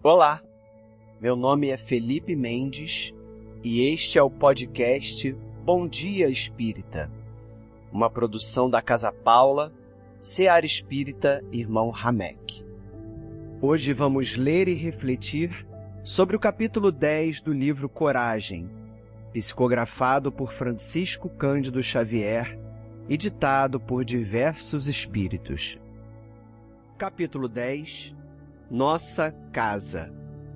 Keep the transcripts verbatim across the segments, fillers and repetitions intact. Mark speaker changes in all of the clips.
Speaker 1: Olá, meu nome é Felipe Mendes e este é o podcast Bom Dia Espírita, uma produção da Casa Paula, Seara Espírita Irmão Ramek. Hoje vamos ler e refletir sobre o capítulo dez do livro Coragem, psicografado por Francisco Cândido Xavier e ditado por diversos espíritos. Capítulo dez. Nossa casa.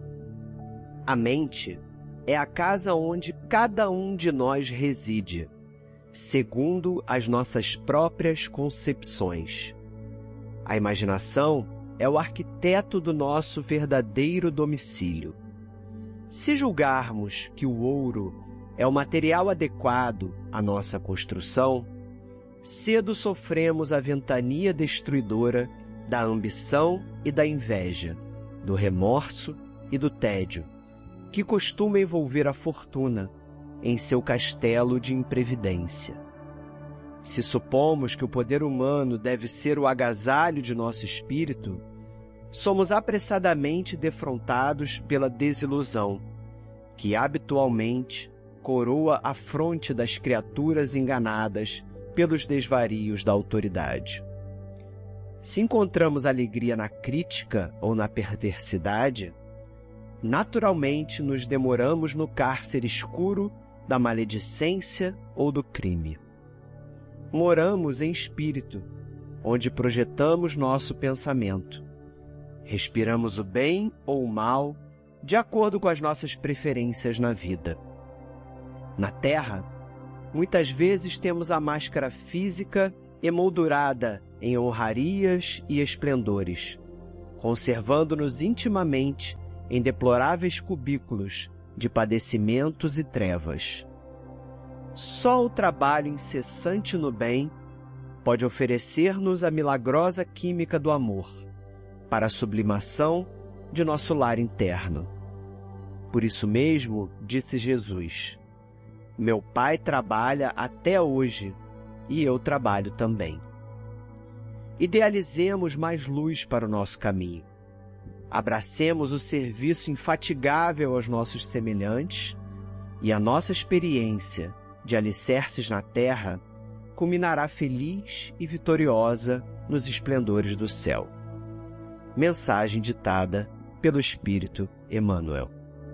Speaker 1: A mente é a casa onde cada um de nós reside, segundo as nossas próprias concepções. A imaginação é o arquiteto do nosso verdadeiro domicílio. Se julgarmos que o ouro é o material adequado à nossa construção, cedo sofremos a ventania destruidora da ambição e da inveja, do remorso e do tédio, que costuma envolver a fortuna em seu castelo de imprevidência. Se supomos que o poder humano deve ser o agasalho de nosso espírito, somos apressadamente defrontados pela desilusão, que habitualmente coroa a fronte das criaturas enganadas pelos desvarios da autoridade. Se encontramos alegria na crítica ou na perversidade, naturalmente nos demoramos no cárcere escuro da maledicência ou do crime. Moramos em espírito, onde projetamos nosso pensamento. Respiramos o bem ou o mal, de acordo com as nossas preferências na vida. Na Terra, muitas vezes temos a máscara física emoldurada em honrarias e esplendores, conservando-nos intimamente em deploráveis cubículos de padecimentos e trevas. Só o trabalho incessante no bem pode oferecer-nos a milagrosa química do amor, para a sublimação de nosso lar interno. Por isso mesmo, disse Jesus, meu Pai trabalha até hoje, e eu trabalho também. Idealizemos mais luz para o nosso caminho. Abracemos o serviço infatigável aos nossos semelhantes e a nossa experiência de alicerces na terra culminará feliz e vitoriosa nos esplendores do céu. Mensagem ditada pelo Espírito Emmanuel.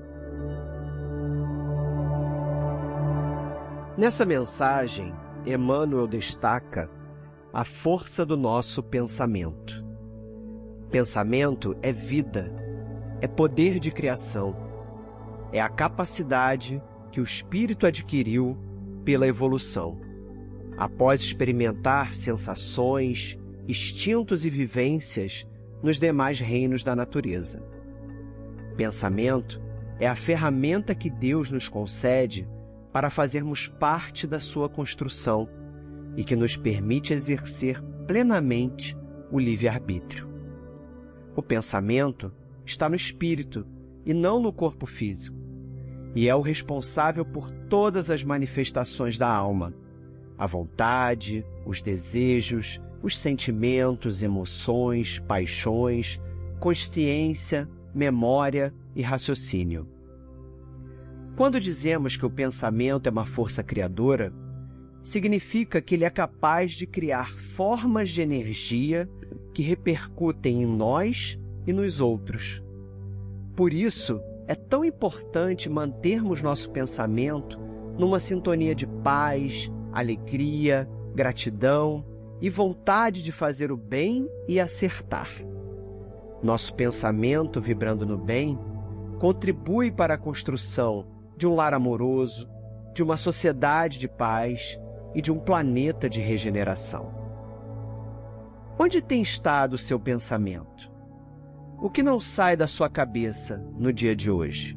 Speaker 1: Nessa mensagem, Emmanuel destaca a força do nosso pensamento. Pensamento é vida, é poder de criação, é a capacidade que o espírito adquiriu pela evolução, após experimentar sensações, instintos e vivências nos demais reinos da natureza. Pensamento é a ferramenta que Deus nos concede para fazermos parte da sua construção e que nos permite exercer plenamente o livre-arbítrio. O pensamento está no espírito e não no corpo físico, e é o responsável por todas as manifestações da alma, a vontade, os desejos, os sentimentos, emoções, paixões, consciência, memória e raciocínio. Quando dizemos que o pensamento é uma força criadora, significa que ele é capaz de criar formas de energia que repercutem em nós e nos outros. Por isso, é tão importante mantermos nosso pensamento numa sintonia de paz, alegria, gratidão e vontade de fazer o bem e acertar. Nosso pensamento, vibrando no bem, contribui para a construção de um lar amoroso, de uma sociedade de paz e de um planeta de regeneração. Onde tem estado o seu pensamento? O que não sai da sua cabeça no dia de hoje?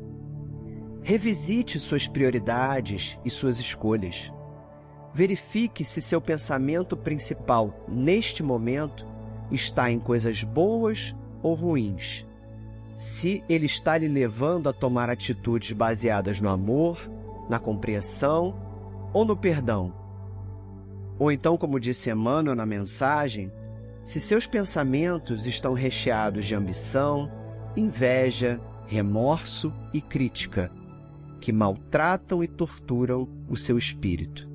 Speaker 1: Revisite suas prioridades e suas escolhas. Verifique se seu pensamento principal, neste momento, está em coisas boas ou ruins. Se ele está lhe levando a tomar atitudes baseadas no amor, na compreensão ou no perdão. Ou então, como disse Emmanuel na mensagem, se seus pensamentos estão recheados de ambição, inveja, remorso e crítica, que maltratam e torturam o seu espírito.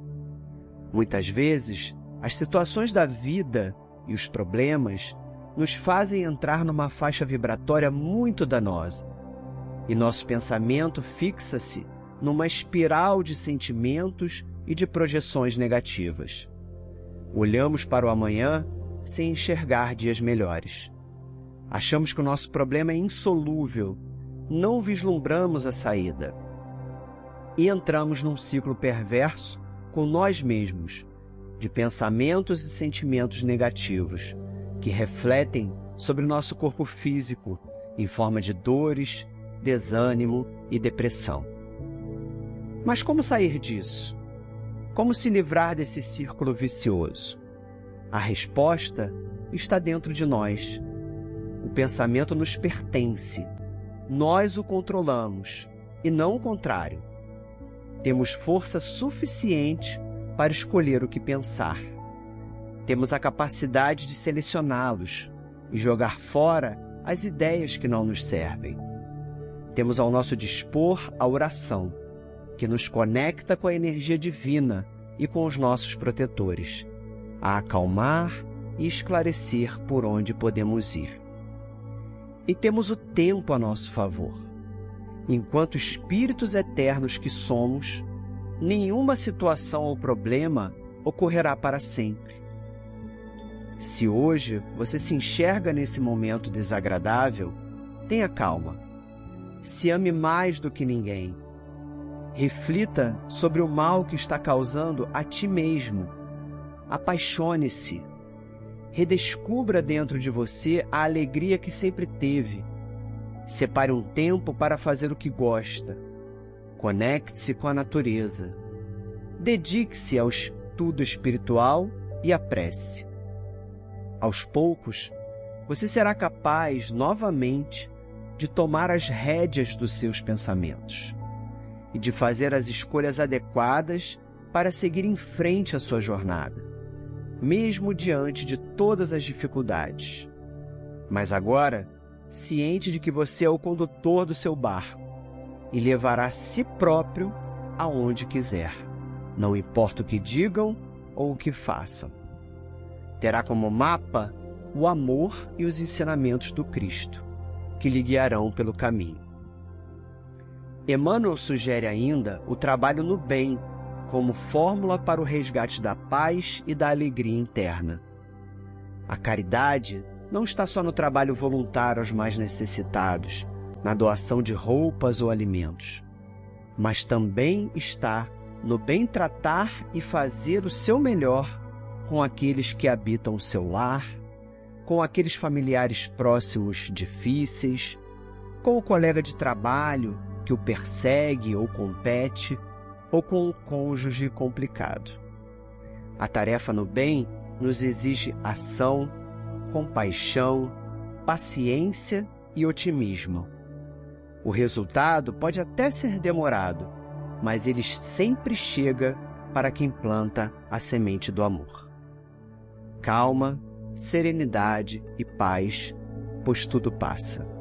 Speaker 1: Muitas vezes, as situações da vida e os problemas nos fazem entrar numa faixa vibratória muito danosa, e nosso pensamento fixa-se numa espiral de sentimentos e de projeções negativas. Olhamos para o amanhã sem enxergar dias melhores. Achamos que o nosso problema é insolúvel, não vislumbramos a saída. E entramos num ciclo perverso com nós mesmos, de pensamentos e sentimentos negativos, que refletem sobre o nosso corpo físico, em forma de dores, desânimo e depressão. Mas como sair disso? Como se livrar desse círculo vicioso? A resposta está dentro de nós. O pensamento nos pertence. Nós o controlamos, e não o contrário. Temos força suficiente para escolher o que pensar. Temos a capacidade de selecioná-los e jogar fora as ideias que não nos servem. Temos ao nosso dispor a oração, que nos conecta com a energia divina e com os nossos protetores, a acalmar e esclarecer por onde podemos ir. E temos o tempo a nosso favor. Enquanto espíritos eternos que somos, nenhuma situação ou problema ocorrerá para sempre. Se hoje você se enxerga nesse momento desagradável, tenha calma. Se ame mais do que ninguém. Reflita sobre o mal que está causando a ti mesmo. Apaixone-se. Redescubra dentro de você a alegria que sempre teve. Separe um tempo para fazer o que gosta. Conecte-se com a natureza. Dedique-se ao estudo espiritual e à prece. Aos poucos, você será capaz novamente de tomar as rédeas dos seus pensamentos e de fazer as escolhas adequadas para seguir em frente à sua jornada, mesmo diante de todas as dificuldades. Mas agora, ciente de que você é o condutor do seu barco e levará a si próprio aonde quiser, não importa o que digam ou o que façam. Terá como mapa o amor e os ensinamentos do Cristo, que lhe guiarão pelo caminho. Emmanuel sugere ainda o trabalho no bem como fórmula para o resgate da paz e da alegria interna. A caridade não está só no trabalho voluntário aos mais necessitados, na doação de roupas ou alimentos, mas também está no bem tratar e fazer o seu melhor com aqueles que habitam o seu lar, com aqueles familiares próximos difíceis, com o colega de trabalho que o persegue ou compete, ou com o cônjuge complicado. A tarefa no bem nos exige ação, compaixão, paciência e otimismo. O resultado pode até ser demorado, mas ele sempre chega para quem planta a semente do amor. Calma, serenidade e paz, pois tudo passa.